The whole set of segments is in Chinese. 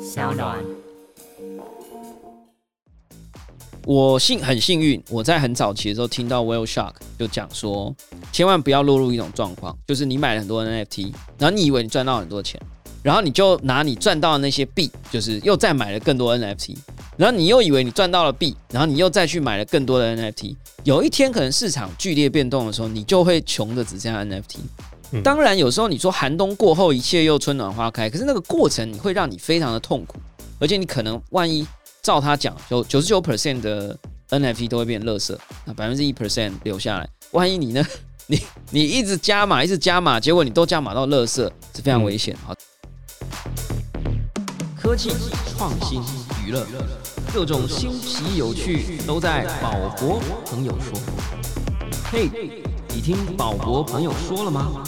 小暖。 我很幸运，我在很早期的时候听到 Whale Shark 就讲说，千万不要落入一种状况，就是你买了很多 NFT， 然后你以为你赚到很多钱，然后你就拿你赚到的那些币，就是又再买了更多 NFT， 然后你又以为你赚到了币，然后你又再去买了更多的 NFT， 有一天可能市场剧烈变动的时候，你就会穷的只剩下 NFT。当然，有时候你说寒冬过后一切又春暖花开，可是那个过程会让你非常的痛苦，而且你可能万一照他讲，有 99% 的 NFT 都会变垃圾，那 1% 留下来。万一你呢？你一直加码，一直加码，结果你都加码到垃圾，是非常危险。好，科技、创新、娱乐，各种新奇有趣都在宝博朋友说。嘿，你听宝博朋友说了吗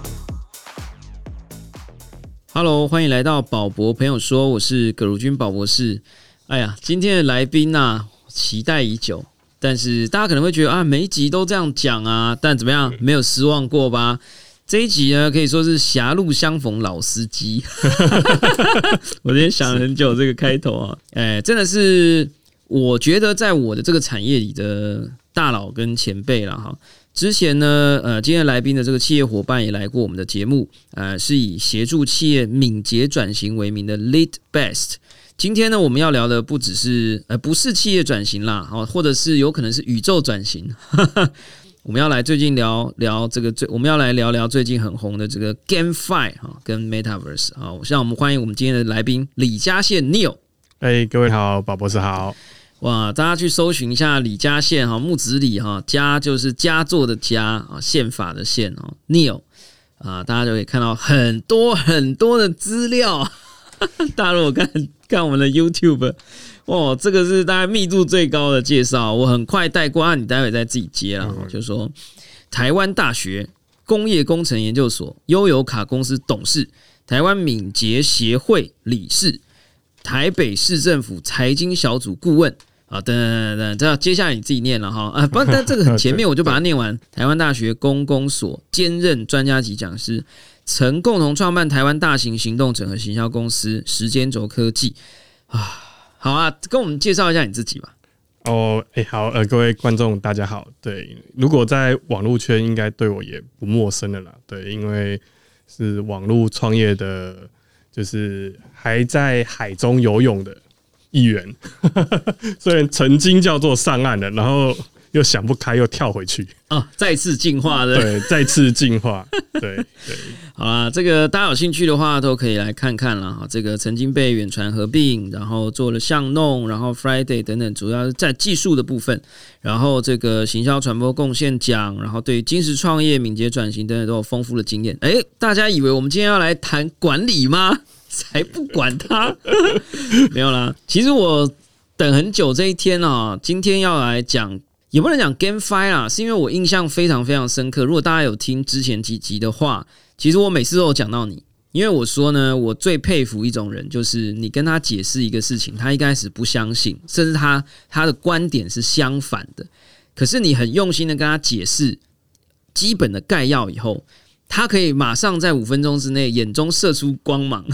？Hello， 欢迎来到宝博朋友说，我是葛如君宝博士。哎呀，今天的来宾啊，期待已久，但是大家可能会觉得啊，每一集都这样讲啊，但怎么样，没有失望过吧？这一集呢，可以说是狭路相逢老司机。我今天想了很久这个开头啊，真的是我觉得在我的这个产业里的大佬跟前辈啦哈。之前呢，今天来宾的这个企业伙伴也来过我们的节目，是以协助企业敏捷转型为名的 Lead Best。今天呢，我们要聊的不只是不是企业转型啦，或者是有可能是宇宙转型。我们要来最近聊这个我们要来聊聊最近很红的这个 GameFi 跟 Metaverse 啊。让我们欢迎我们今天的来宾李嘉宪 Neil。 各位好，宝博士好。 哇，大家去搜寻一下李嘉宪哈，木子李哈，嘉就是佳作的嘉啊，宪法的宪哦 ，Neil 啊，大家就可以看到很多很多的资料。大家如果看我们的 YouTube， 哇，这个是大概密度最高的介绍，我很快带过，你待会再自己接啦。就是说，台湾大学工业工程研究所悠游卡公司董事，台湾敏捷协会理事，台北市政府财经小组顾问。好，等，这接下来你自己念了哈。不，但这个很前面我就把它念完。台湾大学公共所兼任专家级讲师，曾共同创办台湾大型行动整合行销公司时间轴科技。好啊，跟我们介绍一下你自己吧。 好，各位观众大家好。对，如果在网络圈应该对我也不陌生了啦。对，因为是网络创业的，就是还在海中游泳的一员，虽然曾经叫做上岸了，然后又想不开，又跳回去再次进化的， 对，再次进化，对， 好啦，这个大家有兴趣的话，都可以来看看啦。这个曾经被远传合并，然后做了巷弄，然后 Friday 等等，主要是在技术的部分，然后这个行销传播贡献奖，然后对于精实创业、敏捷转型等等都有丰富的经验。大家以为我们今天要来谈管理吗？才不管他，没有啦。其实我等很久这一天啊，今天要来讲，也不能讲 GameFi 啦，是因为我印象非常非常深刻。如果大家有聽之前幾集的話，其實我每次都有講到你，因為我說呢，我最佩服一種人，就是你跟他解釋一個事情，他一開始不相信，甚至他的觀點是相反的，可是你很用心的跟他解釋基本的概要以後，他可以馬上在5分鐘之內眼中射出光芒。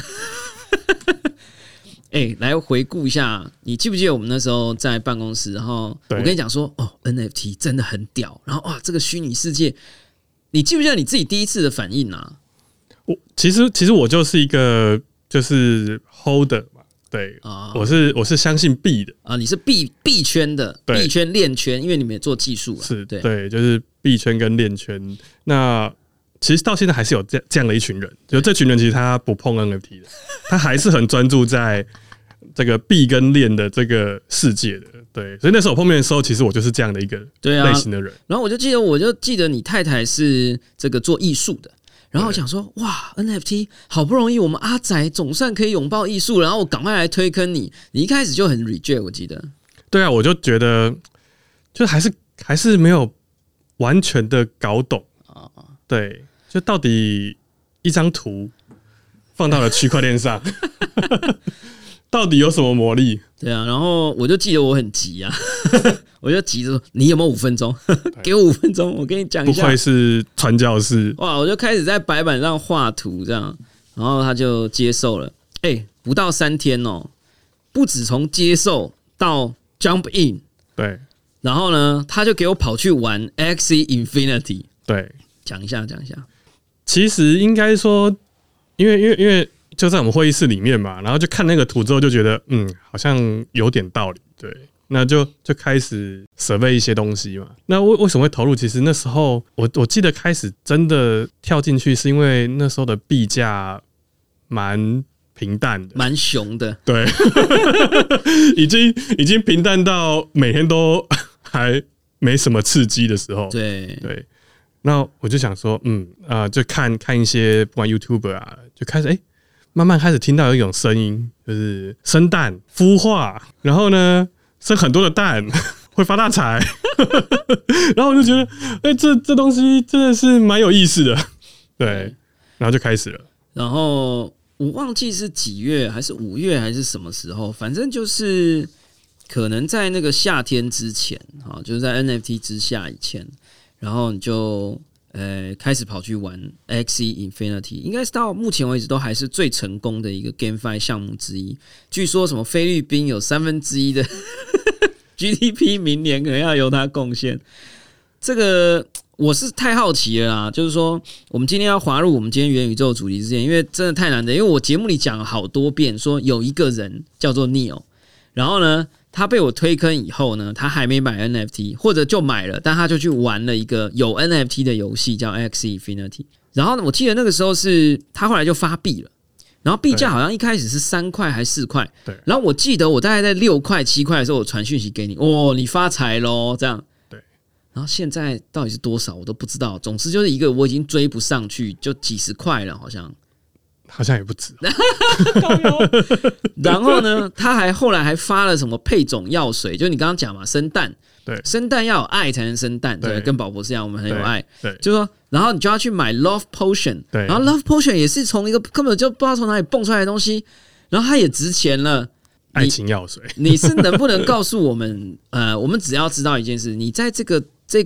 來回顧一下，你記不記得我們那時候在辦公室，然後我跟你講說NFT 真的很屌，然後哇，這個虛擬世界，你記不記得你自己第一次的反應啊？ 其實我就是一個就是 holder 嘛，對，我是相信幣的啊，你是幣圈的，幣圈鏈圈，因為你們也做技術啊， 是對，就是幣圈跟鏈圈。那其實到現在還是有這樣的一群人，就這群人其實他不碰 NFT 的，他還是很專注在這個幣跟鏈的這個世界的。對，所以那時候我碰面的時候，其實我就是這樣的一個類型的人。 然後我就記得你太太是這個做藝術的，然後我想說哇 NFT 好不容易我們阿宅總算可以擁抱藝術，然後我趕快來推坑你，你一開始就很 reject 我記得。 對啊，我就覺得就還是沒有完全的搞懂。對，就到底一張圖放到了區塊鏈上到底有什麼魔力？ 對啊，然後我就記得我很急啊我就急着說你有沒有5分鐘給我5分鐘，我跟你講一下。 不愧是傳教士。 哇，我就開始在白板上畫圖這樣，然後他就接受了。 不到3天哦，不止从接受到 jump in， 对， 然后呢，他就给我跑去玩 Axie Infinity， 对， 讲一下。 其实应该说，因为就在我们会议室里面嘛，然后就看那个图之后就觉得，好像有点道理，对，那就开始 survey 一些东西嘛。那为什么会投入？其实那时候我记得开始真的跳进去，是因为那时候的币价蛮平淡的， 蛮熊的， 对，已经平淡到每天都还没什么刺激的时候，对。那我就想说，就看一些不管 YouTuber 啊，就开始慢慢开始听到有一种声音，就是生蛋孵化，然后呢生很多的蛋会发大财，然后我就觉得，这东西真的是蛮有意思的，对，然后就开始了， 然后我忘记是几月还是5月还是什么时候，反正就是可能在那个夏天之前，就是在 NFT 之下以前。然后你就开始跑去玩 Axie Infinity， 应该是到目前为止都还是最成功的一个 GameFi 项目之一。据说什么菲律宾有1/3的GDP 明年可能要由它贡献。这个我是太好奇了啦，就是说我们今天要滑入我们今天元宇宙主题之前，因为真的太难得，因为我节目里讲了好多遍，说有一个人叫做 Neo， 然后呢。他被我推坑以后呢，他还没买 NFT， 或者就买了，但他就去玩了一个有 NFT 的游戏，叫 Axie Infinity。然后呢，我记得那个时候是他后来就发币了，然后币价好像一开始是3块还4块，对。然后我记得我大概在6块7块的时候，我传讯息给你，你发财咯，这样。对。然后现在到底是多少我都不知道，总之就是一个我已经追不上去，就几十块了，好像也不止。 然后呢，他还后来还发了什么配种药水，就你刚刚讲嘛，生蛋， 对， 生蛋要有爱才能生蛋，对，跟宝博士一样，我们很有爱， 对， 就是说，然后你就要去买 Love Potion， 对，然后 Love Potion 也是从一个根本就不知道从哪里蹦出来的东西，然后它也值钱了， 爱情药水， 你是能不能告诉我们，我们只要知道一件事，你在这个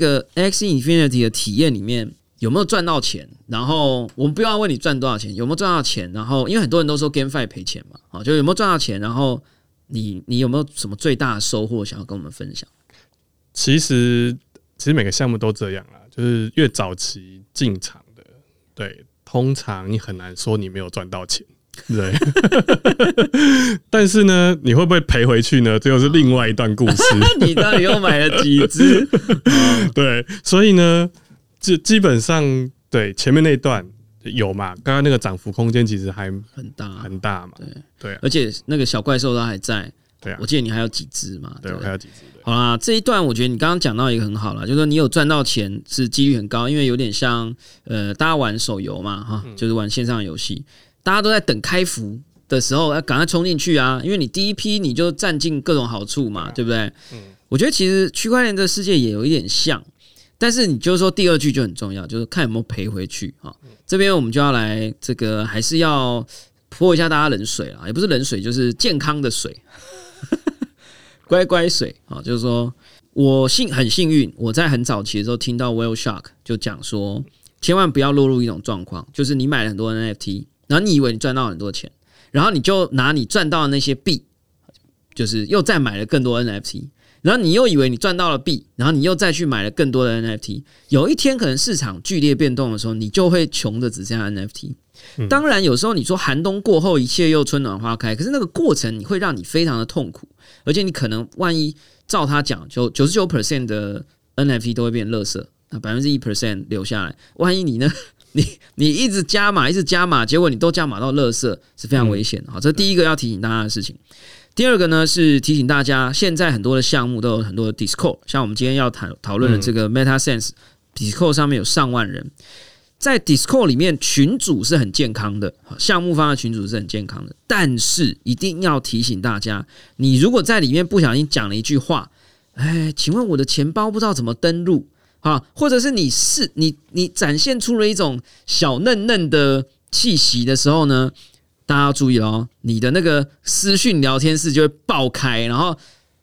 Axie Infinity 的体验里面。有没有赚到钱？然后我们不要问你赚多少钱，有没有赚到钱？然后因为很多人都说 GameFi 赔钱嘛，就有没有赚到钱？然后你有没有什么最大的收获想要跟我们分享？ 其实每个项目都这样啦，就是越早期进场的，对，通常你很难说你没有赚到钱，对。但是呢，你会不会赔回去呢？这又是另外一段故事。 你到底又买了几只？ 对，所以呢。基本上对前面那一段有嘛，刚刚那个涨幅空间其实还很大嘛，对， 而且那个小怪兽都还在， 对啊， 我记得你还有几只嘛， 对，我还有几只。 好啦，这一段我觉得你刚刚讲到一个很好啦，就是说你有赚到钱是几率很高，因为有点像大家玩手游嘛，哈，就是玩线上游戏，大家都在等开服的时候要赶快冲进去啊，因为你第一批你就占尽各种好处嘛，对不对？我觉得其实区块链的世界也有一点像。但是你就是说第二句就很重要，就是看有没有赔回去啊。这边我们就要来这个，还是要泼一下大家冷水啦，也不是冷水，就是健康的水，乖乖水啊。就是说我很幸运，我在很早期的时候听到 Whale Shark 就讲说，千万不要落入一种状况，就是你买了很多 NFT， 然后你以为你赚到很多钱，然后你就拿你赚到的那些币，就是又再买了更多 NFT。然后你又以为你赚到了币，然后你又再去买了更多的 NFT。有一天可能市场剧烈变动的时候，你就会穷的只剩下 NFT。当然，有时候你说寒冬过后一切又春暖花开，可是那个过程你会让你非常的痛苦，而且你可能万一照他讲，就 99% 的 NFT 都会变垃圾，那 1% 留下来。万一你呢？你一直加码，结果你都加码到垃圾，是非常危险的。好，这第一个要提醒大家的事情。第二个呢是提醒大家，现在很多的项目都有很多的 Discord， 像我们今天要讨论的这个 MetaSense，Discord 上面有上万人，在 Discord 里面群组是很健康的，项目方的群组是很健康的，但是一定要提醒大家，你如果在里面不小心讲了一句话，请问我的钱包不知道怎么登录啊，或者是你展现出了一种小嫩嫩的气息的时候呢？大家要注意哦，你的那个私讯聊天室就会爆开，然后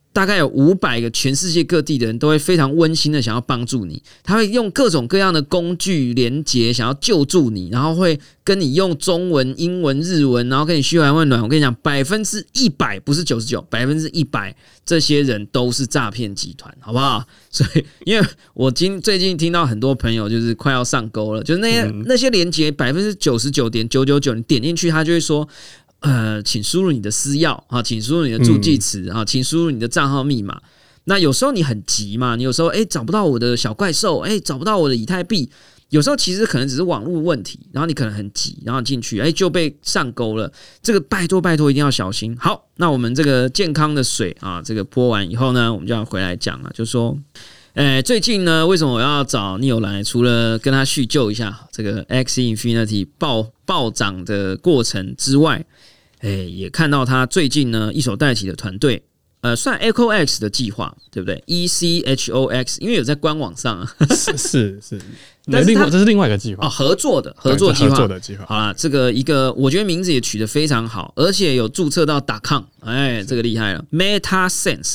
大概有500个全世界各地的人都会非常温馨的想要帮助你，他会用各种各样的工具连结想要救助你，然后会跟你用中文、英文、日文，然后跟你嘘寒问暖。我跟你讲，100%不是99%，100%这些人都是诈骗集团，好不好？所以，因为我最近听到很多朋友就是快要上钩了，就是那些连结99.999%，你点进去，他就会说。请输入你的私钥啊，请输入你的助记词啊，请输入你的账号密码。那有时候你很急嘛，你有时候找不到我的小怪兽，找不到我的以太币，有时候其实可能只是网络问题，然后你可能很急，然后进去就被上钩了。这个拜托一定要小心。好，那我们这个健康的水啊，这个泼完以后呢，我们就要回来讲了，就说。最近呢，为什么我要找 Neo 来？除了跟他叙旧一下这个 Axie Infinity 暴涨的过程之外，也看到他最近呢一手带起的团队，算 EchoX 的计划，对不对 ？ECHOX， 因为有在官网上啊， 是，但是这是另外一个计划合作计划。好啦，这个一个我觉得名字也取得非常好，而且有注册到 .com， 这个厉害了 ，MetaSense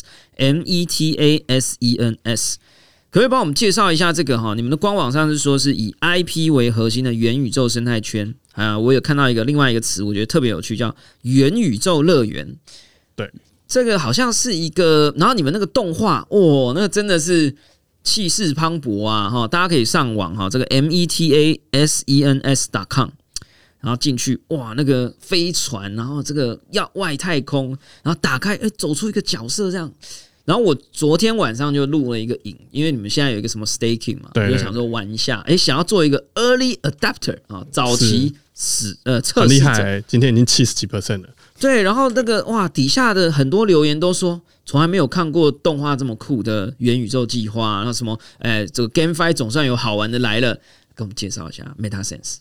METASENS。可不可以帮我们介绍一下这个哈？你们的官网上是说是以 IP 为核心的元宇宙生态圈啊，我有看到另外一个词，我觉得特别有趣，叫元宇宙乐园。 对， 这个好像是一个，然后你们那个动画，那个真的是气势磅礴啊！哈，大家可以上网哈，这个 METASENS.com， 然后进去，哇，那个飞船，然后这个要外太空，然后打开，走出一个角色这样。然后我昨天晚上就录了一个影，因为你们现在有一个什么 staking 嘛，我就想说玩一下，想要做一个 early adapter 啊，早期测试者， 很厉害，今天已经70几%了。 对，然后那个哇，底下的很多留言都说，从来没有看过动画这么酷的元宇宙计划，然后什么，这个 GameFi 总算有好玩的来了，跟我们介绍一下 MetaSense。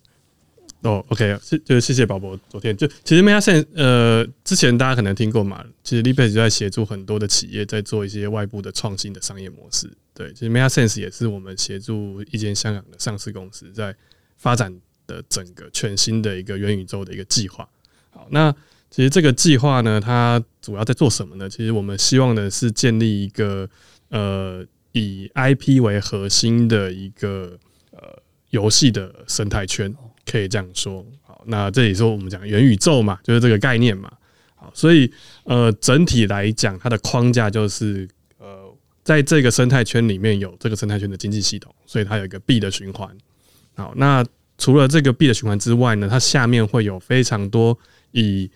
OK， 就是谢谢宝宝。昨天其实 MetaSense 之前大家可能听过嘛，其实 Libase 就在协助很多的企业在做一些外部的创新的商业模式。对，其实 MetaSense 也是我们协助一间香港的上市公司在发展的整个全新的一个元宇宙的一个计划。好，那其实这个计划呢，它主要在做什么呢？其实我们希望的是建立一个以 IP 为核心的一个游戏的生态圈。可以这样说，好，那这里说我们讲元宇宙嘛，就是这个概念嘛，好，所以整体来讲，它的框架就是在这个生态圈里面有这个生态圈的经济系统，所以它有一个币的循环。好，那除了这个币的循环之外呢，它下面会有非常多以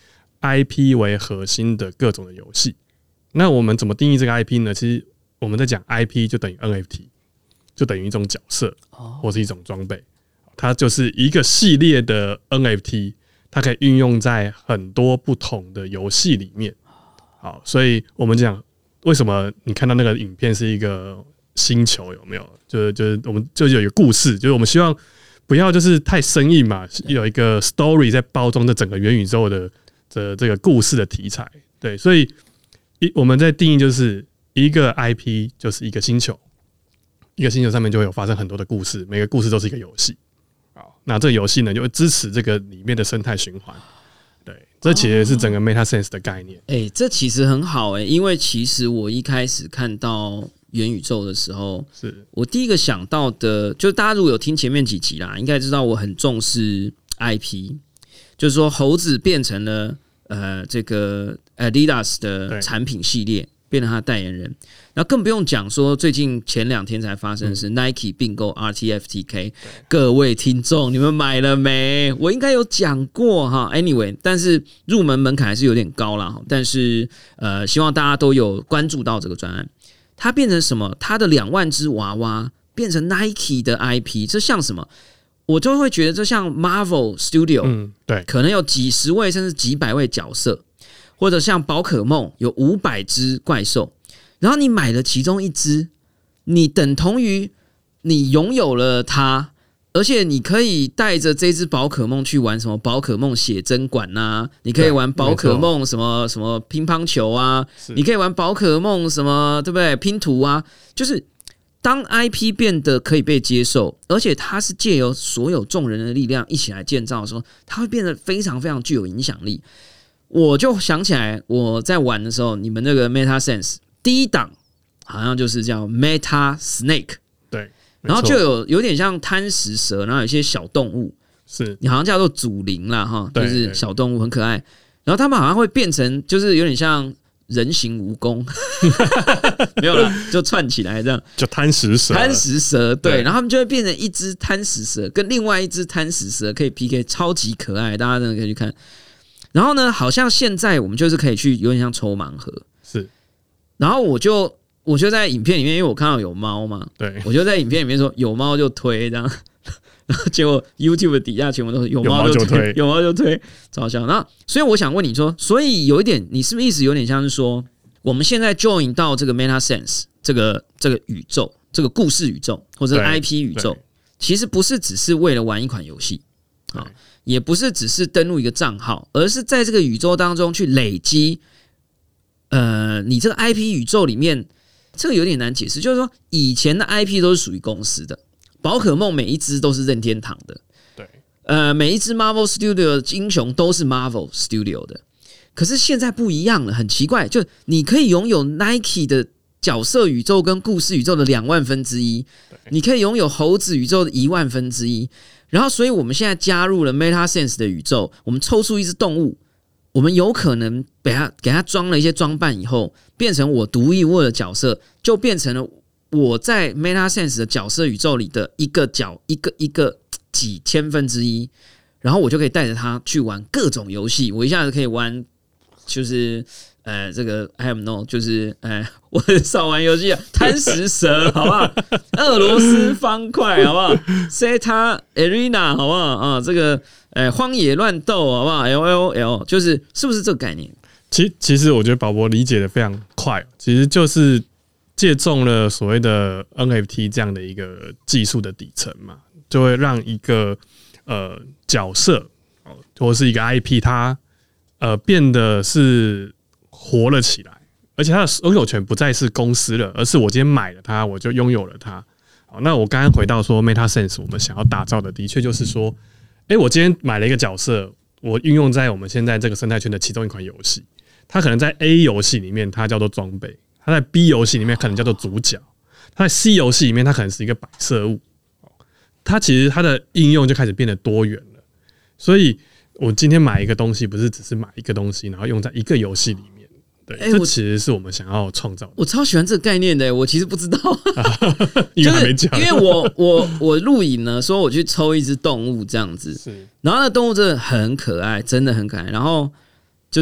IP 为核心的各种的游戏。那我们怎么定义这个 IP 呢？其实我们在讲 IP 就等于 NFT， 就等于一种角色或是一种装备。它就是一个系列的 NFT， 它可以运用在很多不同的游戏里面。好，所以我们讲为什么你看到那个影片是一个星球，有没有？就是我们就有一个故事，就是我们希望不要就是太生硬嘛，有一个 story 在包装这整个元宇宙的这个故事的题材。对，所以我们在定义就是一个 IP 就是一个星球，一个星球上面就会有发生很多的故事，每个故事都是一个游戏。那这个游戏呢，就会支持这个里面的生态循环。对，这其实是整个 MetaSense 的概念。 这其实很好因为其实我一开始看到元宇宙的时候，我第一个想到的，就大家如果有听前面几集啦，应该知道我很重视 IP， 就是说猴子变成了这个 Adidas 的产品系列。变成他的代言人，然后更不用讲说最近前2天才发生的是 Nike 并购 RTFKT， 各位听众，你们买了没？我应该有讲过哈。Anyway， 但是入门门槛还是有点高啦。但是希望大家都有关注到这个专案。它变成什么？它的2万只娃娃变成 Nike 的 IP， 这像什么？我就会觉得这像 Marvel Studio， 对， 可能有几十位甚至几百位角色。或者像宝可梦有500只怪兽，然后你买了其中一只，你等同于你拥有了它，而且你可以带着这只宝可梦去玩什么宝可梦写真馆啊，你可以玩宝可梦什么什么乒乓球啊，你可以玩宝可梦什么对不对拼图啊，就是当 IP 变得可以被接受，而且它是借由所有众人的力量一起来建造的时候，它会变得非常非常具有影响力。我就想起来我在玩的时候，你们那个 MetaSense 第一档好像就是叫 Meta Snake， 对， 然后就有点像贪食蛇，然后有一些小动物， 是你好像叫做祖灵啦哈， 对就是小动物很可爱，然后他们好像会变成就是有点像人形蜈蚣，没有啦，就串起来这样， 就贪食蛇， 贪食蛇对， 对然后他们就会变成一只贪食蛇跟另外一只贪食蛇可以 PK， 超级可爱，大家真的可以去看。然后呢，好像现在我们就是可以去有点像抽盲盒， 是， 然后我就在影片里面，因为我看到有猫嘛， 对， 我就在影片里面说有猫就推这样，然后结果 YouTube 底下全部都是有猫就推，有猫就推，超笑。那所以我想问你说，所以有一点，你是不是意思有点像是说，我们现在 join 到这个 MetaSense 这个宇宙，这个故事宇宙或者 IP 宇宙，其实不是只是为了玩一款游戏啊，也不是只是登录一个账号，而是在这个宇宙当中去累积，你这个 IP 宇宙里面。这个有点难解释，就是说以前的 IP 都是属于公司的，宝可梦每一只都是任天堂的， 对， 每一只 Marvel Studio 的英雄都是 Marvel Studio 的。可是现在不一样了，很奇怪，就你可以拥有 Nike 的角色宇宙跟故事宇宙的20000分之一，你可以拥有猴子宇宙的10000分之一，然后所以我们现在加入了 MetaSense 的宇宙，我们抽出一只动物。我们有可能给他装了一些装扮以后，变成我独一无二的角色，就变成了我在 MetaSense 的角色宇宙里的一个几千分之一，然后我就可以带着他去玩各种游戏，我一下子可以玩，就是这个 I have no， 就是我很少玩游戏啊，贪食蛇好不好？俄罗斯方块好不好 ？Zeta Arena 好不好啊？这个荒野乱斗好不好 ？LOL 就是是不是这个概念？ 其实我觉得宝博理解的非常快，其实就是借重了所谓的 NFT 这样的一个技术的底层嘛，就会让一个角色或是一个 IP 它变得是活了起来，而且它的拥有权不再是公司了，而是我今天买了它，我就拥有了它。好，那我刚刚回到说 MetaSense， 我们想要打造的确就是说，我今天买了一个角色，我运用在我们现在这个生态圈的其中一款游戏，它可能在 A 游戏里面它叫做装备，它在 B 游戏里面可能叫做主角，它在 C 游戏里面它可能是一个摆设物，它其实它的应用就开始变得多元了。所以我今天买一个东西，不是只是买一个东西，然后用在一个游戏里面。对，这其实是我们想要创造的。 我超喜欢这个概念的，我其实不知道， 因为还没讲。 因为我录影呢，说我去抽一只动物这样子，然后那动物真的很可爱，真的很可爱。然后就是，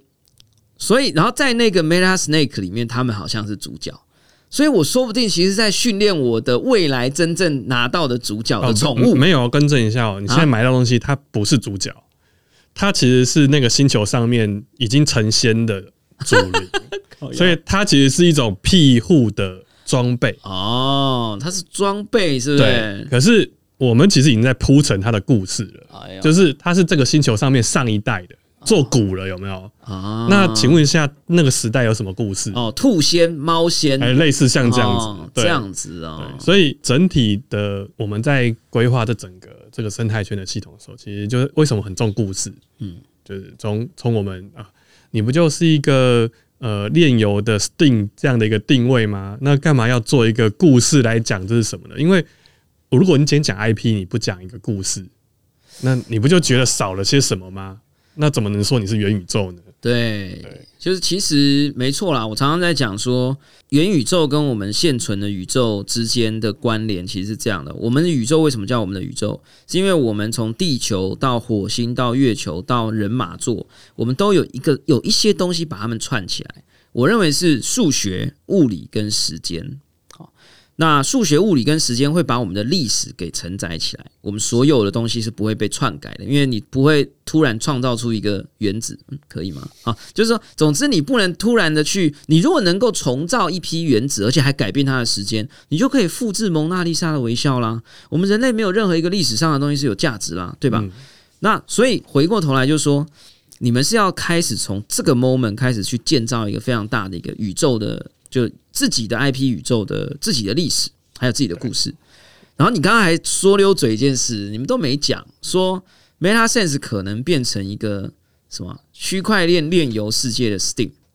所以然后在那个 Meta Snake 里面，他们好像是主角。所以我说不定其实在训练我的未来真正拿到的主角的宠物。 没有，更正一下哦，你现在买到东西，它不是主角，它其实是那个星球上面已经成仙的主灵，所以它其实是一种庇护的装备。 哦，它是装备，是不是？ 对。可是我们其实已经在铺陈它的故事了，就是它是这个星球上面上一代的。做古了有没有？那请问一下，那个时代有什么故事？ 兔仙、猫仙， 类似像这样子， 这样子哦。 所以整体的我们在规划这个生态圈的系统的时候，其实就是为什么很重故事？就是从我们你不就是一个炼油的 Steam 这样的一个定位吗？那干嘛要做一个故事来讲这是什么呢？因为如果你今天讲 IP， 你不讲一个故事，那你不就觉得少了些什么吗？那怎么能说你是元宇宙呢？ 对，就是其实没错啦。我常常在讲说，元宇宙跟我们现存的宇宙之间的关联其实是这样的。我们的宇宙为什么叫我们的宇宙？是因为我们从地球到火星到月球到人马座，我们都有一些东西把它们串起来。我认为是数学、物理跟时间。那数学、物理跟时间会把我们的历史给承载起来，我们所有的东西是不会被篡改的，因为你不会突然创造出一个原子，可以吗？就是说，总之你不能突然的去，你如果能够重造一批原子，而且还改变它的时间，你就可以复制蒙娜丽莎的微笑啦。我们人类没有任何一个历史上的东西是有价值啦，对吧？那所以回过头来就说，你们是要开始从这个 moment 开始去建造一个非常大的一个宇宙的。就自己的 IP 宇宙的自己的历史，还有自己的故事。然后你刚刚还说溜嘴一件事，你们都没讲，说 MetaSense 可能变成一个什么区块链炼油世界的 Steam。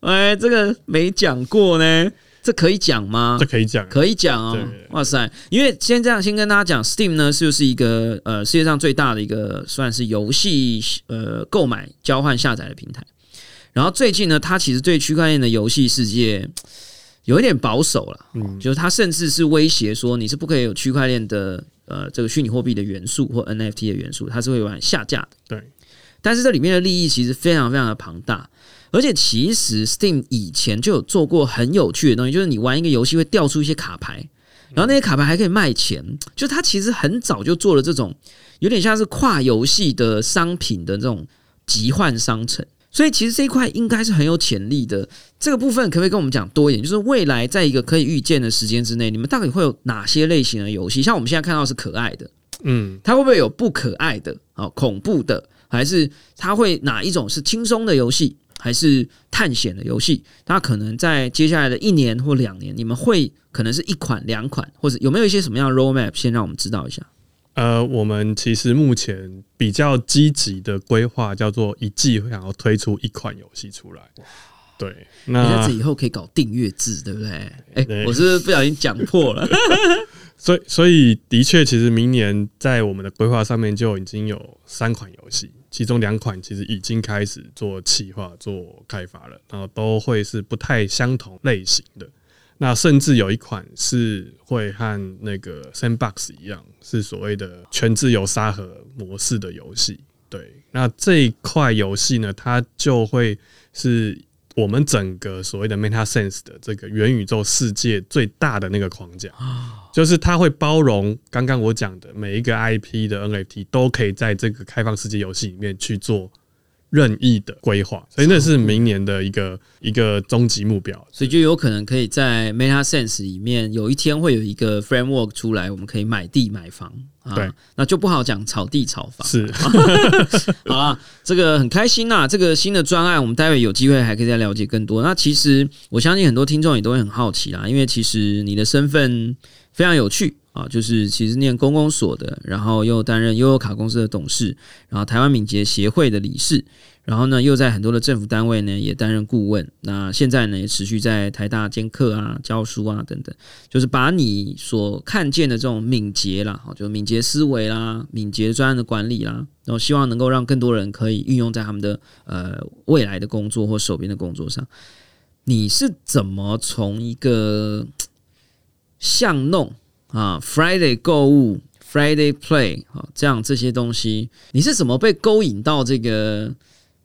这个没讲过呢。这可以讲吗？ 这可以讲， 可以讲哦。哇塞！因为先跟大家讲 ，Steam 呢就是一个世界上最大的一个算是游戏购买、交换、下载的平台。然后最近呢，它其实对区块链的游戏世界有一点保守了，就是它甚至是威胁说你是不可以有区块链的这个虚拟货币的元素或 NFT 的元素，它是会往下架的。 对，但是这里面的利益其实非常非常的庞大。而且其实 Steam 以前就有做过很有趣的东西，就是你玩一个游戏会掉出一些卡牌，然后那些卡牌还可以卖钱。就它其实很早就做了这种有点像是跨游戏的商品的这种集换商城，所以其实这一块应该是很有潜力的。这个部分可不可以跟我们讲多一点？就是未来在一个可以预见的时间之内，你们大概会有哪些类型的游戏？像我们现在看到是可爱的，它会不会有不可爱的、恐怖的，还是它会哪一种是轻松的游戏？还是探险的游戏，它可能在接下来的1年或2年，你们会可能是1款、2款，或者有没有一些什么样的 roadmap？ 先让我们知道一下。 我们其实目前比较积极的规划叫做一季想要推出1款游戏出来。对， 那以后可以搞订阅制，对不对？我是不是不小心讲破了？ 所以的确，其实明年在我们的规划上面就已经有3款游戏。其中2款其实已经开始做企划、做开发了，然后都会是不太相同类型的。那甚至有1款是会和那个 Sandbox 一样，是所谓的全自由沙盒模式的游戏。对，那这一块游戏呢，它就会是我们整个所谓的 MetaSense 的这个元宇宙世界最大的那个框架。就是它会包容刚刚我讲的每一个 IP 的 NFT 都可以在这个开放世界游戏里面去做任意的规划，所以那是明年的一个终极目标。 所以就有可能可以在 MetaSense 里面有一天会有一个 framework 出来，我们可以买地买房。 对， 那就不好讲炒地炒房。 是， 好啦，这个很开心啦。这个新的专案，我们待会有机会还可以再了解更多。那其实我相信很多听众也都会很好奇啦，因为其实你的身份非常有趣啊，就是其实念公公所的，然后又担任悠游卡公司的董事，然后台湾敏捷协会的理事，然后呢又在很多的政府单位呢也担任顾问。那现在呢也持续在台大兼课啊、教书啊等等，就是把你所看见的这种敏捷啦，就敏捷思维啦、敏捷专案的管理啦，然后希望能够让更多人可以运用在他们的未来的工作或手边的工作上。你是怎么从一个巷弄Friday 购物 Friday Play 这些东西，你是怎么被勾引到这个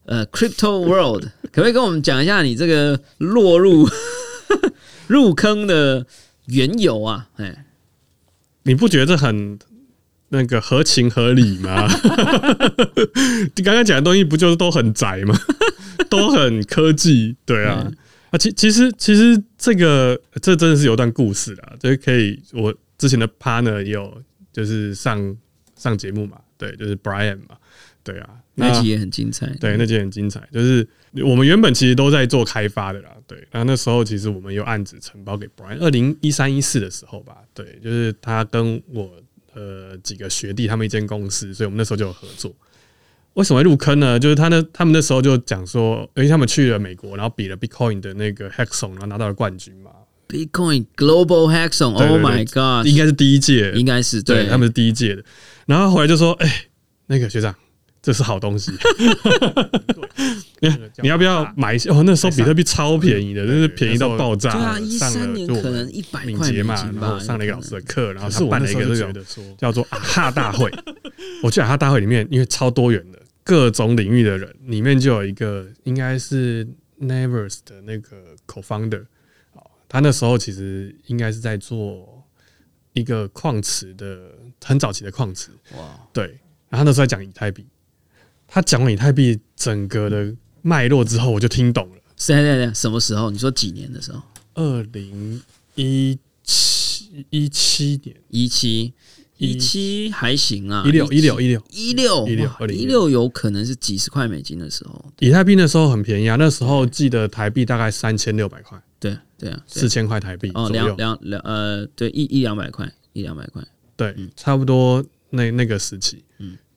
Crypto World？ 可不可以跟我们讲一下你这个落入入坑的缘由啊？ 你不觉得很那个合情合理吗？你刚刚讲的东西不就是都很宅吗？都很科技，对啊。其实这真的是有段故事啦，这可以我之前的 partner 也有就是上节目嘛，对，就是 Brian 嘛，对啊， 那集也很精彩， 对，那集也很精彩，就是我们原本其实都在做开发的啦，对，然后那时候其实我们有案子承包给 Brian，2013-14的时候吧，对，就是他跟我几个学弟他们一间公司，所以我们那时候就有合作。为什么会入坑呢？就是他们那时候就讲说，因为他们去了美国，然后比了 Bitcoin 的那个 Hackathon， 然后拿到了冠军嘛。 Bitcoin Global Hackathon，Oh my God， 应该是第1届， 应该是对， 他们是第1届的。然后回来就说，那个学长，这是好东西，你要不要买一下？那时候比特币超便宜的，真是便宜到爆炸。 对啊，13年可能100块美金吧。 然后上了一个老师的课，然后他办了一个这种叫做啊哈大会。我去啊哈大会里面，因为超多元的。各种领域的人，里面就有一个应该是 Nevers 的那个 co-founder， 他那时候其实应该是在做一个矿池的很早期的矿池，对，然后他那时候在讲以太币，他讲完以太币整个的脉络之后，我就听懂了。 对，什么时候？你说几年的时候 ？2017年 ，17还行啊 ，16 有可能是几十块美金的时候， 以太币那时候很便宜啊，那时候记得台币大概3600块， 对啊 ，4000块台币左右， 对，100-200块，100-200块， 对，差不多那个时期，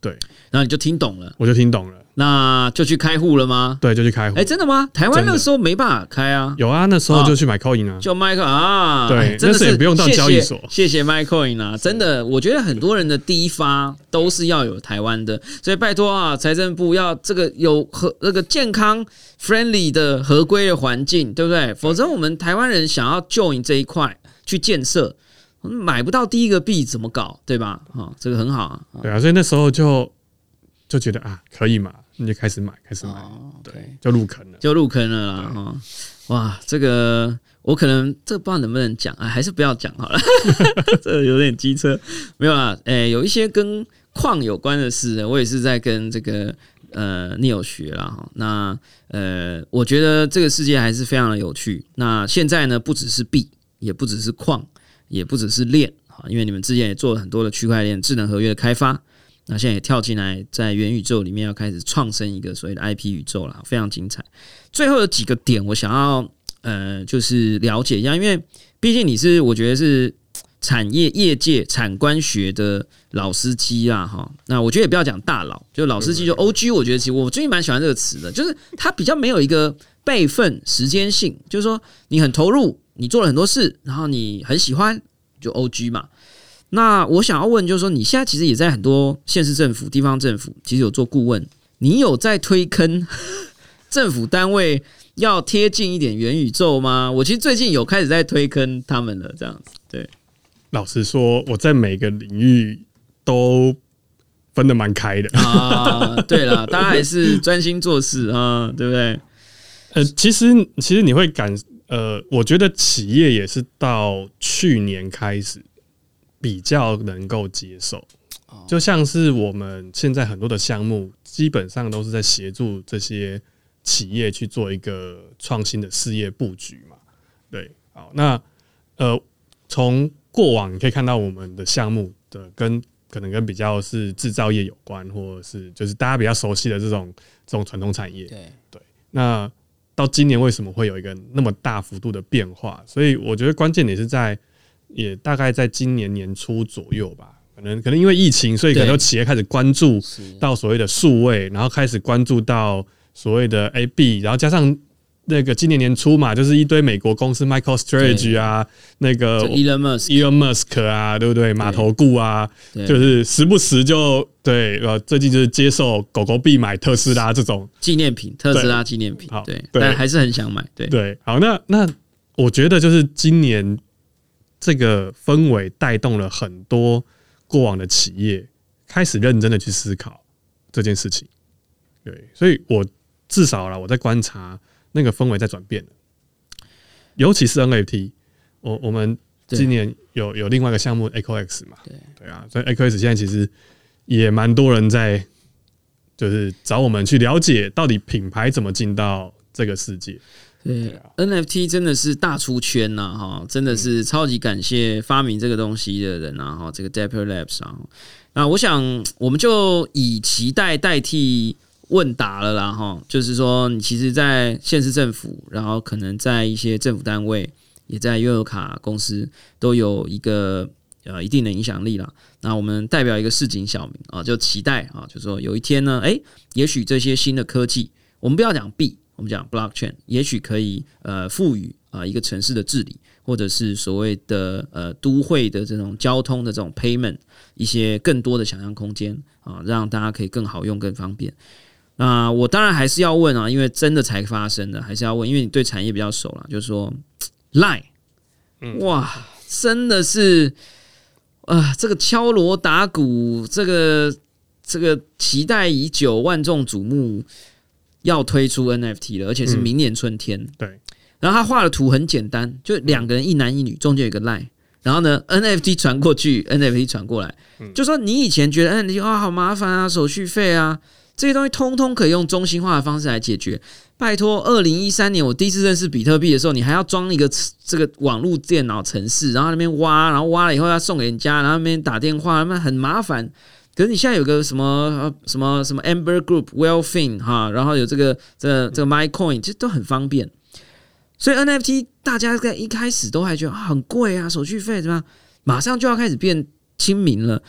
对， 然后你就听懂了， 我就听懂了。 那就去开户了吗？ 对，就去开户。 真的吗？台湾那时候没办法开啊。 有啊，那时候就去买 coin 啊， 就 Michael 啊， 对， 真的是也不用到交易所。 谢谢 Michael 啊，真的，我觉得很多人的第一发都是要有台湾的，所以拜托啊，财政部要这个有那个健康 friendly 的合规的环境，对不对？否则我们台湾人想要join这一块去建设，买不到第一个币怎么搞，对吧？这个很好啊。 对啊，所以那时候就觉得啊，可以嘛。你就开始买，对，就入坑了啦。哇，这个我可能这个不知道能不能讲啊，还是不要讲好了，这个有点机车。没有啦，有一些跟矿有关的事，我也是在跟这个Neil 学啦。那我觉得这个世界还是非常的有趣。那现在呢，不只是币，也不只是矿，也不只是链，因为你们之前也做了很多的区块链智能合约的开发。那现在也跳进来，在元宇宙里面要开始创生一个所谓的 IP 宇宙啦，非常精彩。最后有几个点我想要就是了解一下，因为毕竟你是我觉得是产业业界产官学的老司机啦哈。那我觉得也不要讲大佬，就老司机就 OG， 我觉得其实我最近蛮喜欢这个词的，就是他比较没有一个辈分时间性，就是说你很投入，你做了很多事，然后你很喜欢，就 OG 嘛。那我想要问，就是说，你现在其实也在很多县市政府、地方政府，其实有做顾问，你有在推坑政府单位要贴近一点元宇宙吗？我其实最近有开始在推坑他们了，这样子。对， 老实说，我在每个领域都分得蛮开的啊。对啦，大家还是专心做事啊，对不对？ 其实你会我觉得企业也是到去年开始。比较能够接受，就像是我们现在很多的项目，基本上都是在协助这些企业去做一个创新的事业布局嘛。对，好，那从过往你可以看到我们的项目的可能跟比较是制造业有关，或者是就是大家比较熟悉的这种传统产业。对，那到今年为什么会有一个那么大幅度的变化？所以我觉得关键也是也大概在今年年初左右吧，可能因为疫情，所以可能企业开始关注到所谓的数位，然后开始关注到所谓的 AB， 然后加上那个今年年初嘛，就是一堆美国公司 MicroStrategy 啊，那个 Elon Musk 啊，对不对？码头顾啊，就是时不时就对最近就是接受狗狗币买特斯拉这种纪念品，特斯拉纪念品，对，但还是很想买， 对，好，那我觉得就是今年。这个氛围带动了很多过往的企业开始认真的去思考这件事情，对，所以我至少啦，我在观察那个氛围在转变了，尤其是 NFT， 我们今年有另外一个项目 EcoX 嘛，对啊，所以 EcoX 现在其实也蛮多人在就是找我们去了解到底品牌怎么进到这个世界。 对NFT 真的是大出圈呐，哈，真的是超级感谢发明这个东西的人啊，哈，这个 Dapper Labs 啊，那我想我们就以期待代替问答了啦，哈，就是说你其实，在县市政府，然后可能在一些政府单位，也在悠游卡公司都有一个一定的影响力啦。那我们代表一个市井小民啊，就期待啊，就是说有一天呢，也许这些新的科技，我们不要讲币。我们讲 blockchain， 也许可以赋予一个城市的治理，或者是所谓的都会的这种交通的这种 payment， 一些更多的想象空间啊，让大家可以更好用、更方便。那我当然还是要问啊，因为真的才发生的，还是要问，因为你对产业比较熟啦，就是说 Line， 哇，真的是这个敲锣打鼓，这个期待已久、万众瞩目。要推出 NFT 了，而且是明年春天。对，然后他画的图很简单，就两个人，一男一女，中间有一个 line， 然后呢 NFT 传过去 ，NFT 传过来，就说你以前觉得 NFT 好麻烦啊，手续费啊，这些东西通通可以用中心化的方式来解决。拜托，2013年我第一次认识比特币的时候，你还要装一个这个网络电脑程式，然后那边挖，然后挖了以后要送给人家，然后那边打电话，那很麻烦。可是你现在有个什么 Amber Group、Wellfin 哈，然后有这个 MyCoin， 这都很方便。所以 NFT 大家在一开始都还觉得很贵啊，手续费怎么样？马上就要开始变亲民了。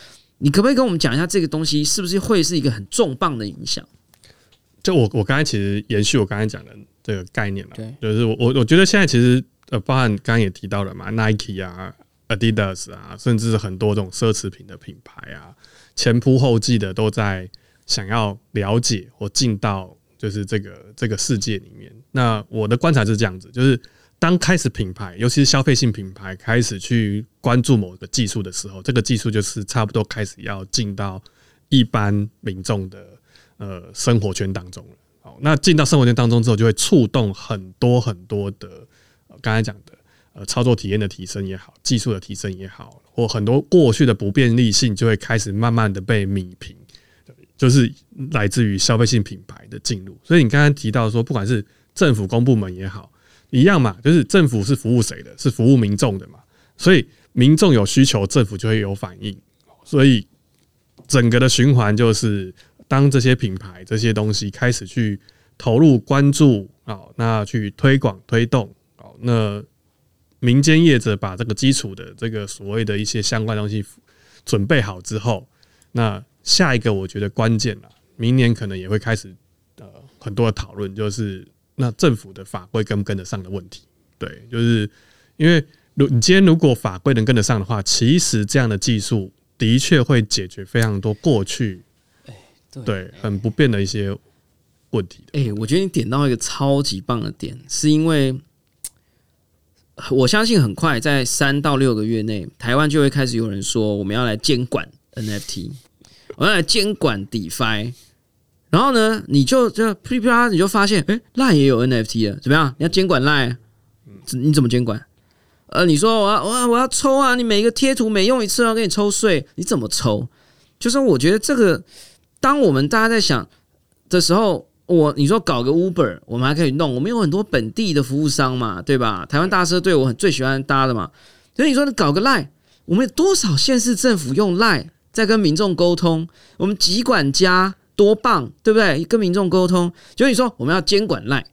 你可不可以跟我们讲一下这个东西是不是会是一个很重磅的影响？ 就我刚才其实延续我刚才讲的这个概念了，就是我觉得现在其实包含刚刚也提到了嘛 ，Nike 啊、Adidas 啊，甚至很多这种奢侈品的品牌啊，前仆后继的都在想要了解或进到就是这个世界里面。那我的观察是这样子，就是当开始品牌，尤其是消费性品牌开始去关注某个技术的时候，这个技术就是差不多开始要进到一般民众的生活圈当中了。好，那进到生活圈当中之后，就会触动很多很多的刚才讲的操作体验的提升也好，技术的提升也好，或很多过去的不便利性就会开始慢慢的被弭平，就是来自于消费性品牌的进入。所以你刚刚提到说，不管是政府公部门也好，一样嘛，就是政府是服务谁的？是服务民众的嘛。所以民众有需求，政府就会有反应。所以整个的循环就是，当这些品牌这些东西开始去投入关注，那去推广推动，那民间业者把这个基础的这个所谓的一些相关东西准备好之后，那下一个我觉得关键啦，明年可能也会开始很多的讨论，就是那政府的法规跟不跟得上的问题。对，就是因为你今天如果法规能跟得上的话，其实这样的技术的确会解决非常多过去对很不便的一些问题。 我觉得你点到一个超级棒的点，是因为我相信很快在3到6个月内，台湾就会开始有人说我们要来监管 NFT， 我们要来监管 DeFi， 然后呢，你就噼里啪啦，你就发现，LINE 也有 NFT 了，怎么样？你要监管 LINE， 你怎么监管？你说我要抽啊，你每一个贴图每用一次要给你抽税，你怎么抽？就是我觉得这个，当我们大家在想的时候。你说搞个 Uber， 我们还可以弄，我们有很多本地的服务商嘛，对吧？台湾大车队我最喜欢搭的嘛。所以你说你搞个 LINE， 我们有多少县市政府用 LINE 在跟民众沟通？我们疾管家多棒，对不对？跟民众沟通，就你说我们要监管 LINE，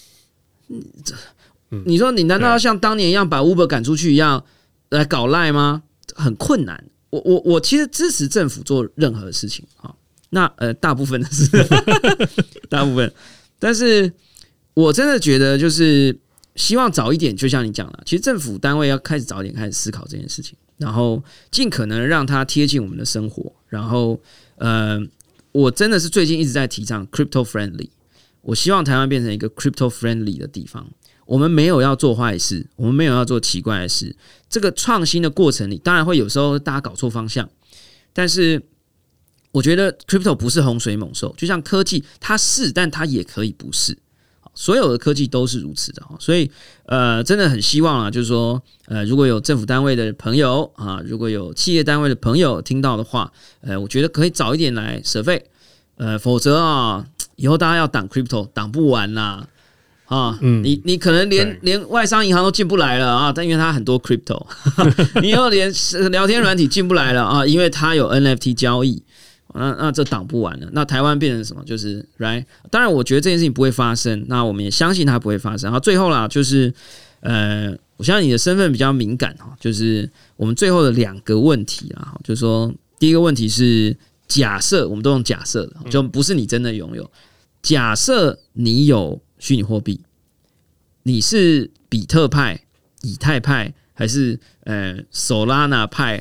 你说你难道要像当年一样把 Uber 赶出去一样来搞 LINE 吗？很困难。我其实支持政府做任何事情啊。那大部分的是大部分，但是我真的觉得就是希望早一点，就像你讲了，其实政府单位要开始早一点开始思考这件事情，然后尽可能让它贴近我们的生活。然后我真的是最近一直在提倡 crypto friendly， 我希望台湾变成一个 crypto friendly 的地方。我们没有要做坏事，我们没有要做奇怪的事。这个创新的过程里，当然会有时候大家搞错方向，但是。我觉得 crypto 不是洪水猛兽，就像科技，它是，但它也可以不是。所有的科技都是如此的，所以真的很希望啊，就是说如果有政府单位的朋友啊，如果有企业单位的朋友听到的话，我觉得可以早一点来舍费，否则啊，以后大家要挡 crypto 挡不完啦。你可能连外商银行都进不来了啊，但因为它很多 crypto， 你以后连聊天软体进不来了啊，因为它有 NFT 交易。那这挡不完了。那台湾变成什么？就是 right。当然，我觉得这件事情不会发生。那我们也相信它不会发生。然后最后啦，就是我相信你的身份比较敏感哈，就是我们最后的2个问题啊，就是说第一个问题是假设，我们都用假设的，就不是你真的拥有。假设你有虚拟货币，你是比特派、以太派。还是Solana 派，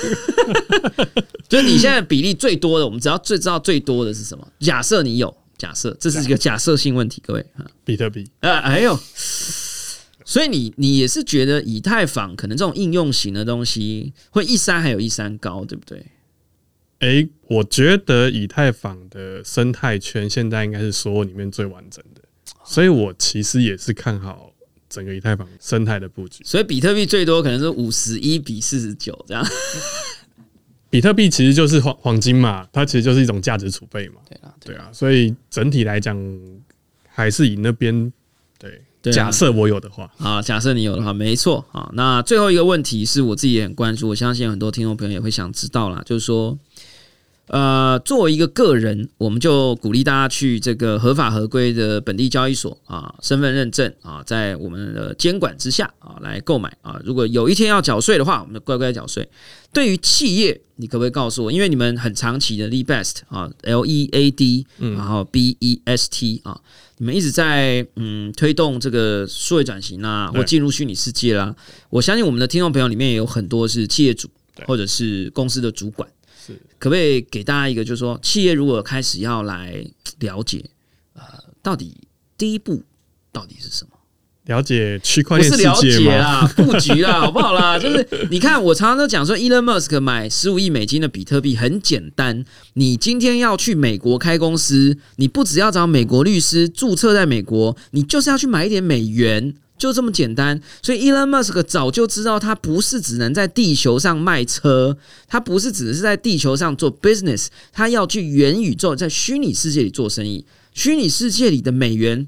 就是你现在比例最多的，我们只要知道最多的是什么？假设你有，假设这是一个假设性问题，各位， 比特币， 所以你也是觉得以太坊可能这种应用型的东西会一山还有一山高，对不对？ 我觉得以太坊的生态圈现在应该是所有里面最完整的，所以我其实也是看好。整个以太坊生态的布局， 所以比特币最多可能是51:49这样。 比特币其实就是黄金嘛，它其实就是一种价值储备嘛。对啊，所以整体来讲还是以那边对。假设我有的话， 假设你有的话，没错啊。那最后一个问题是我自己也很关注，我相信很多听众朋友也会想知道啦，就是说， 作为一个个人，我们就鼓励大家去这个合法合规的本地交易所啊，身份认证啊，在我们的监管之下啊来购买啊。如果有一天要缴税的话，我们就乖乖缴税。对于企业，你可不可以告诉我？因为你们很长期的 Lead 啊 ，LEAD，然后 BEST 啊，你们一直在推动这个数位转型啊，或进入虚拟世界啦。我相信我们的听众朋友里面也有很多是企业主或者是公司的主管。可不可以给大家一个，就是说，企业如果开始要来了解，到底第一步到底是什么？ 了解区块链世界吗？ 不是了解啦，布局啦，好不好啦？就是你看，我常常都讲说，Elon Musk 买15亿美金的比特币很简单。你今天要去美国开公司，你不只要找美国律师注册在美国，你就是要去买一点美元。就这么简单，所以 Elon Musk 早就知道，他不是只能在地球上卖车，他不是只是在地球上做 business， 他要去元宇宙，在虚拟世界里做生意。虚拟世界里的美元，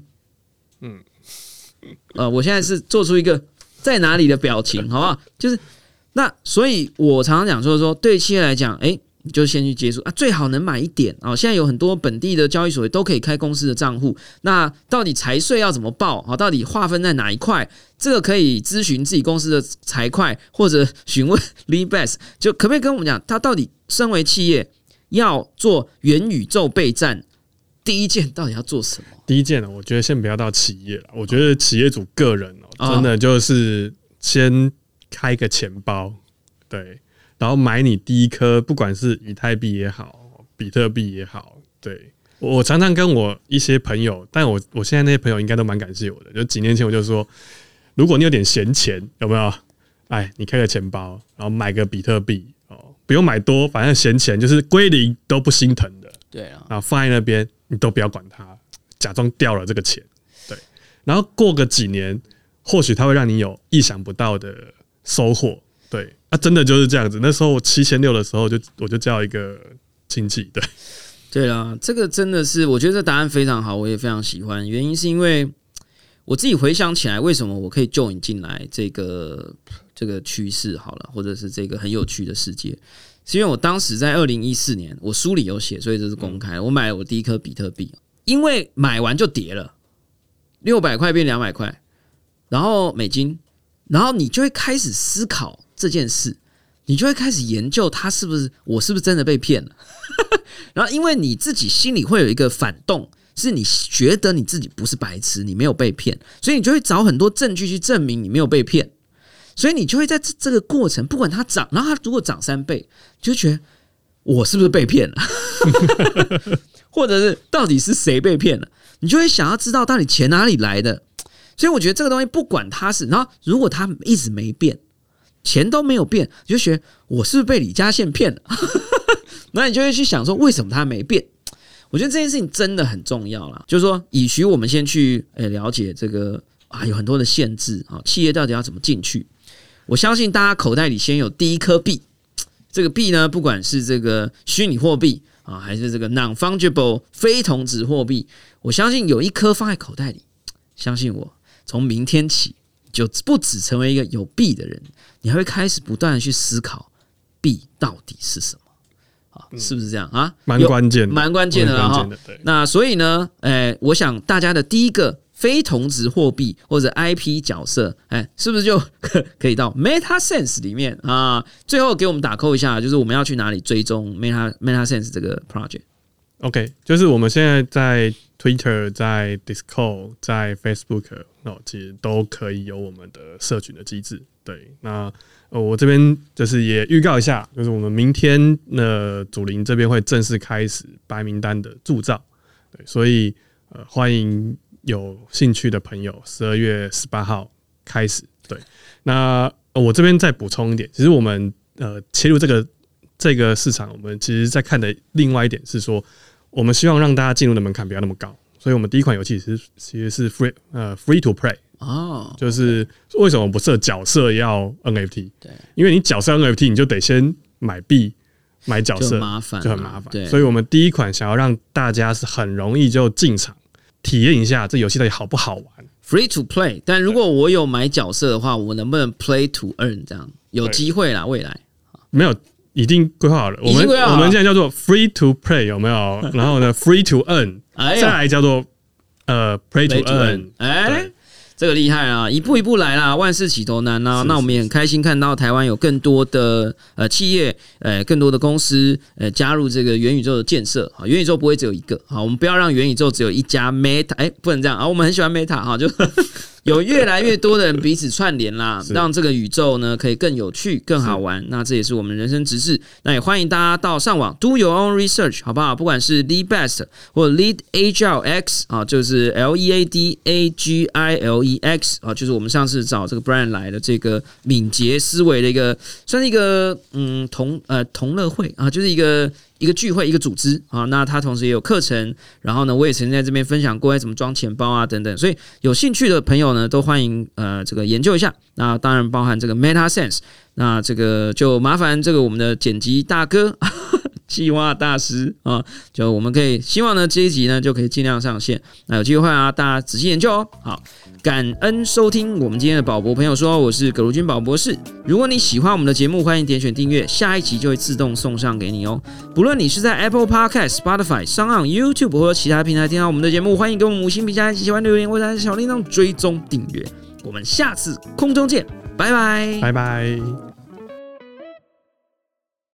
我现在是做出一个在哪里的表情，好不好？就是那，所以我常常讲说，对企业来讲，你就先去接触啊，最好能买一点啊。现在有很多本地的交易所都可以开公司的账户。那到底财税要怎么报啊？到底划分在哪一块？这个可以咨询自己公司的财会，或者询问 Leadbest。就可不可以跟我们讲，他到底身为企业要做元宇宙备战，第一件到底要做什么？ 第一件呢，我觉得先不要到企业了，我觉得企业主个人真的就是先开个钱包，对。然后买你第一颗，不管是以太币也好，比特币也好，对，我常常跟我一些朋友，但我现在那些朋友应该都蛮感谢我的。就几年前我就说，如果你有点闲钱，有没有？你开个钱包，然后买个比特币不用买多，反正闲钱就是归零都不心疼的。 对啊， 然后放在那边，你都不要管它，假装掉了这个钱。对，然后过个几年，或许它会让你有意想不到的收获。对。真的就是这样子。那时候我7600的时候，我就叫一个亲戚， 对啦，这个真的是我觉得这答案非常好，我也非常喜欢。原因是因为我自己回想起来，为什么我可以join进来这个趋势好了，或者是这个很有趣的世界，是因为我当时在2014年，我书里有写，所以这是公开。我买了我第一颗比特币，因为买完就跌了，600块变200块，然后美金，然后你就会开始思考这件事，你就会开始研究我是不是真的被骗了然后因为你自己心里会有一个反动，是你觉得你自己不是白痴，你没有被骗，所以你就会找很多证据去证明你没有被骗，所以你就会在这个过程，不管它涨，然后它如果涨3倍，就觉得我是不是被骗了或者是到底是谁被骗了，你就会想要知道到底钱哪里来的。所以我觉得这个东西不管它是，然后如果它一直没变，钱都没有变，你就觉得我是不是被李嘉宪骗了那你就会去想说为什么它没变。我觉得这件事情真的很重要啦，就是说以许我们先去了解这个有很多的限制啊，企业到底要怎么进去。我相信大家口袋里先有第一颗币，这个币呢，不管是这个虚拟货币啊，还是这个 non-fungible 非同质货币，我相信有一颗放在口袋里，相信我，从明天起就不只成为一个有币的人，你还会开始不断的去思考币到底是什么。是不是这样啊？ 蛮关键的， 蛮关键的哈。那所以呢，我想大家的第一个非同质货币或者 IP 角色，是不是就可以到 MetaSense 里面啊？最后给我们打扣一下，就是我们要去哪里追踪 MetaSense 这个 project？OK， 就是我们现在在 Twitter、在 Discord、在 Facebook， 其实都可以有我们的社群的机制。对，那我这边就是也预告一下，就是我们明天祖林这边会正式开始白名单的铸造，对，所以欢迎有兴趣的朋友12月18号开始。对，那我这边再补充一点，其实我们切入这个市场，我们其实在看的另外一点是说，我们希望让大家进入的门槛不要那么高，所以我们第一款游戏其实是 free to play。就是为什么不设角色要 NFT？ 对，因为你角色 NFT， 你就得先买币、买角色，就很麻烦。所以我们第一款想要让大家是很容易就进场体验一下这游戏到底好不好玩。 Free to play， 但如果我有买角色的话，我能不能 play to earn？ 这样有机会啦，未来没有已经规划好了。我们现在叫做 free to play 有没有？然后呢 free to earn，再来叫做play to earn。 这个厉害啊！一步一步来啦，万事起头难啊。那我们也很开心看到台湾有更多的企业，更多的公司加入这个元宇宙的建设。元宇宙不会只有一个，好，我们不要让元宇宙只有一家 Meta， 不能这样啊。我们很喜欢 Meta 哈，就有越来越多的人彼此串联啦，让这个宇宙呢可以更有趣、更好玩。那这也是我们人生直视。那也欢迎大家到上网 do your own research， 好不好？不管是 Lead Best 或 Lead Agile X 啊，就是 LEADAGILEX 啊，就是我们上次找这个 Brian 来的这个敏捷思维的一个，算是一个同乐会啊，就是一个聚会，一个组织啊。那他同时也有课程，然后呢，我也曾经在这边分享过怎么装钱包啊等等。所以有兴趣的朋友呢，都欢迎这个研究一下。那当然包含这个 MetaSense， 那这个就麻烦这个我们的剪辑大哥。企划大师啊，就我们可以希望呢这一集呢就可以尽量上线。那有机会啊，大家仔细研究哦。好，感恩收听我们今天的宝博朋友说，我是葛如君宝博士。如果你喜欢我们的节目，欢迎点选订阅，下一集就会自动送上给你哦。不论你是在 Apple Podcast、Spotify、SoundOn、YouTube 或者其他平台听到我们的节目，欢迎给我们5星评价，喜欢留言或者小铃铛追踪订阅。我们下次空中见，拜拜， 拜拜。